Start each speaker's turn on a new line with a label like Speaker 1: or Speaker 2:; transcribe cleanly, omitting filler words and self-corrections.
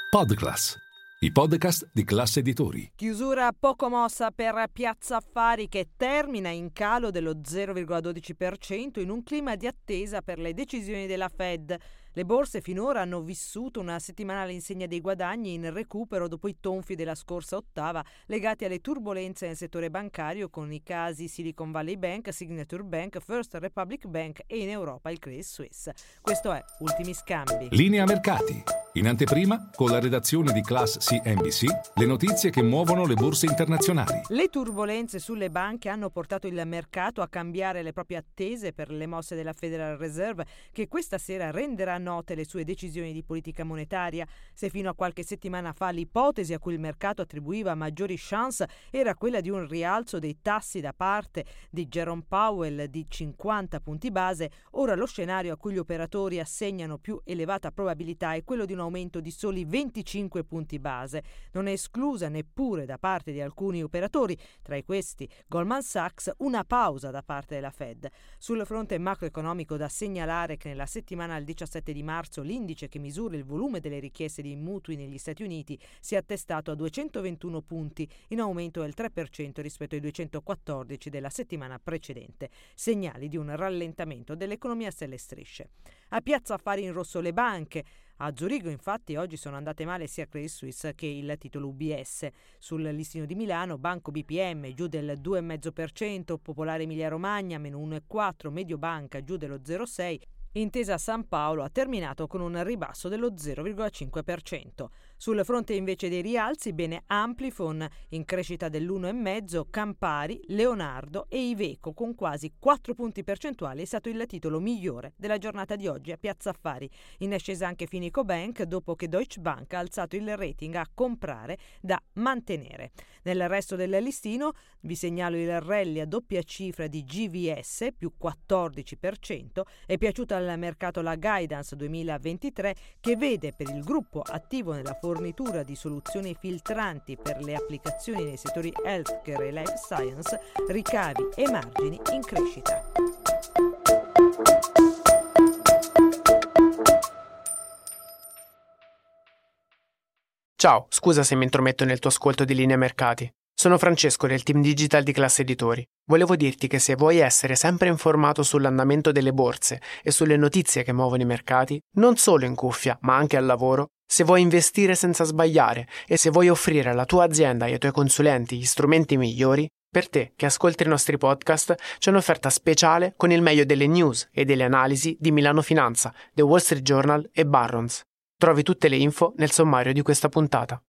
Speaker 1: Podclass, i podcast di Classe Editori.
Speaker 2: Chiusura poco mossa per Piazza Affari, che termina in calo dello 0,12% in un clima di attesa per le decisioni della Fed. Le borse finora hanno vissuto una settimana all'insegna dei guadagni, in recupero dopo i tonfi della scorsa ottava legati alle turbolenze nel settore bancario, con i casi Silicon Valley Bank, Signature Bank, First Republic Bank e in Europa il Credit Suisse. Questo è Ultimi Scambi.
Speaker 1: Linea mercati. In anteprima, con la redazione di Class CNBC, le notizie che muovono le borse internazionali.
Speaker 2: Le turbolenze sulle banche hanno portato il mercato a cambiare le proprie attese per le mosse della Federal Reserve, che questa sera renderà note le sue decisioni di politica monetaria. Se fino a qualche settimana fa l'ipotesi a cui il mercato attribuiva maggiori chance era quella di un rialzo dei tassi da parte di Jerome Powell di 50 punti base, ora lo scenario a cui gli operatori assegnano più elevata probabilità è quello di un aumento di soli 25 punti base. Non è esclusa neppure da parte di alcuni operatori, tra questi Goldman Sachs, una pausa da parte della Fed. Sul fronte macroeconomico, da segnalare che nella settimana del 17 di marzo l'indice che misura il volume delle richieste di mutui negli Stati Uniti si è attestato a 221 punti, in aumento del 3% rispetto ai 214 della settimana precedente, segnali di un rallentamento dell'economia a stelle e strisce. A Piazza Affari in rosso le banche. A Zurigo infatti oggi sono andate male sia Credit Suisse che il titolo UBS. Sul listino di Milano Banco BPM giù del 2,5%, Popolare Emilia Romagna meno 1,4%, Mediobanca giù dello 0,6%, Intesa San Paolo ha terminato con un ribasso dello 0,5%. Sul fronte invece dei rialzi, bene Amplifon in crescita dell'1,5%, Campari, Leonardo e Iveco con quasi 4 punti percentuali è stato il titolo migliore della giornata di oggi a Piazza Affari. In ascesa anche Fineco Bank dopo che Deutsche Bank ha alzato il rating a comprare da mantenere. Nel resto del listino vi segnalo il rally a doppia cifra di GVS più 14%. È piaciuta al mercato la Guidance 2023, che vede per il gruppo attivo nella fornitura di soluzioni filtranti per le applicazioni nei settori healthcare e life science ricavi e margini in crescita.
Speaker 3: Ciao, scusa se mi intrometto nel tuo ascolto di Linea Mercati. Sono Francesco del team digital di Classe Editori. Volevo dirti che se vuoi essere sempre informato sull'andamento delle borse e sulle notizie che muovono i mercati, non solo in cuffia, ma anche al lavoro, se vuoi investire senza sbagliare e se vuoi offrire alla tua azienda e ai tuoi consulenti gli strumenti migliori, per te che ascolti i nostri podcast c'è un'offerta speciale con il meglio delle news e delle analisi di Milano Finanza, The Wall Street Journal e Barron's. Trovi tutte le info nel sommario di questa puntata.